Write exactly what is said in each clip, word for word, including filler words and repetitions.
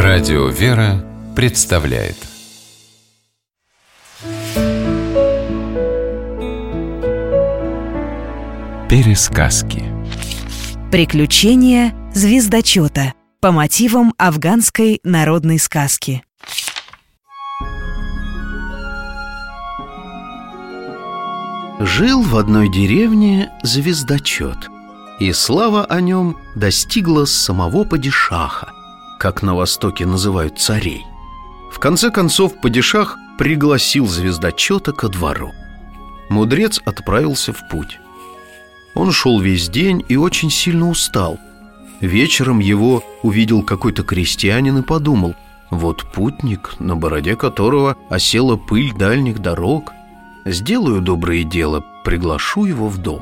Радио «Вера» представляет Пересказки. Приключения звездочета по мотивам афганской народной сказки. Жил в одной деревне звездочет, и слава о нем достигла самого падишаха, как на Востоке называют царей. В конце концов падишах пригласил звездочета ко двору. Мудрец отправился в путь. Он шел весь день и очень сильно устал. Вечером его увидел какой-то крестьянин и подумал: вот путник, на бороде которого осела пыль дальних дорог. Сделаю доброе дело, приглашу его в дом.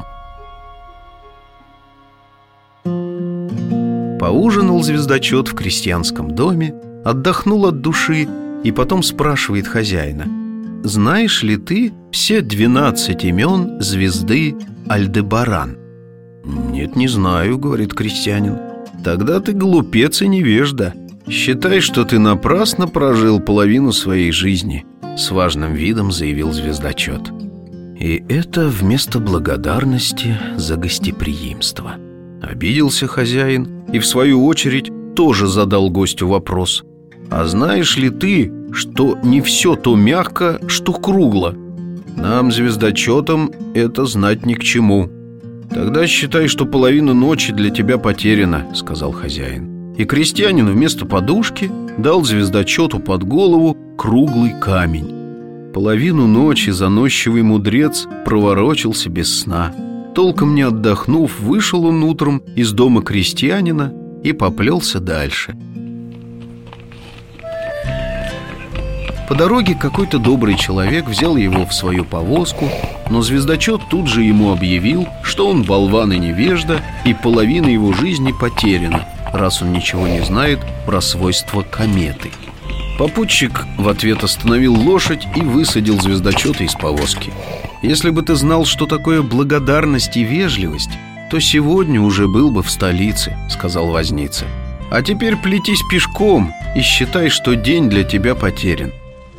Поужинал звездочет в крестьянском доме, отдохнул от души и потом спрашивает хозяина: знаешь ли ты все двенадцать имен звезды Альдебаран? Нет, не знаю, говорит крестьянин. Тогда ты глупец и невежда. Считай, что ты напрасно прожил половину своей жизни, с важным видом заявил звездочет. И это вместо благодарности за гостеприимство. Обиделся хозяин и в свою очередь тоже задал гостю вопрос: а знаешь ли ты, что не все то мягко, что кругло? Нам, звездочетам, это знать ни к чему. Тогда считай, что половина ночи для тебя потеряна, сказал хозяин. И крестьянин вместо подушки дал звездочету под голову круглый камень. Половину ночи заносчивый мудрец проворочился без сна. Толком не отдохнув, вышел он утром из дома крестьянина и поплелся дальше. По дороге какой-то добрый человек взял его в свою повозку, но звездочет тут же ему объявил, что он болван и невежда, и половина его жизни потеряна, раз он ничего не знает про свойства кометы. Попутчик в ответ остановил лошадь и высадил звездочета из повозки. Если бы ты знал, что такое благодарность и вежливость, то сегодня уже был бы в столице, сказал возница. А теперь плетись пешком и считай, что день для тебя потерян.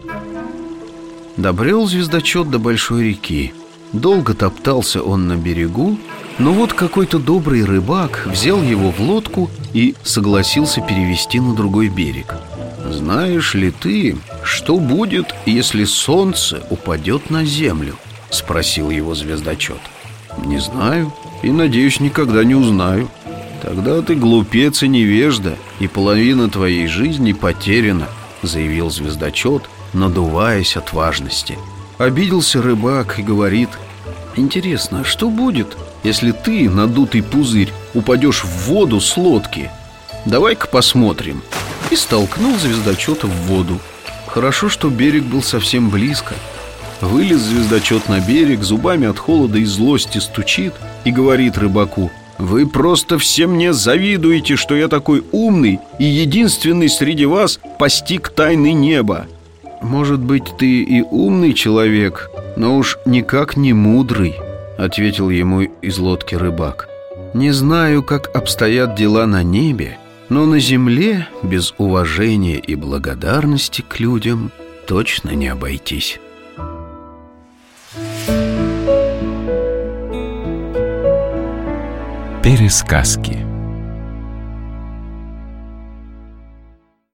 Добрел звездочет до большой реки. Долго топтался он на берегу, но вот какой-то добрый рыбак взял его в лодку и согласился перевести на другой берег. «Знаешь ли ты, что будет, если солнце упадет на землю?» — спросил его звездочет. «Не знаю и, надеюсь, никогда не узнаю». «Тогда ты глупец и невежда, и половина твоей жизни потеряна», — заявил звездочет, надуваясь от важности. Обиделся рыбак и говорит: «Интересно, что будет, если ты, надутый пузырь, упадешь в воду с лодки? Давай-ка посмотрим». И столкнул звездочета в воду. Хорошо, что берег был совсем близко. Вылез звездочет на берег, зубами от холода и злости стучит и говорит рыбаку: «Вы просто все мне завидуете, что я такой умный и единственный среди вас постиг тайны неба». «Может быть, ты и умный человек, но уж никак не мудрый», — ответил ему из лодки рыбак. «Не знаю, как обстоят дела на небе, но на земле без уважения и благодарности к людям точно не обойтись». Пересказки.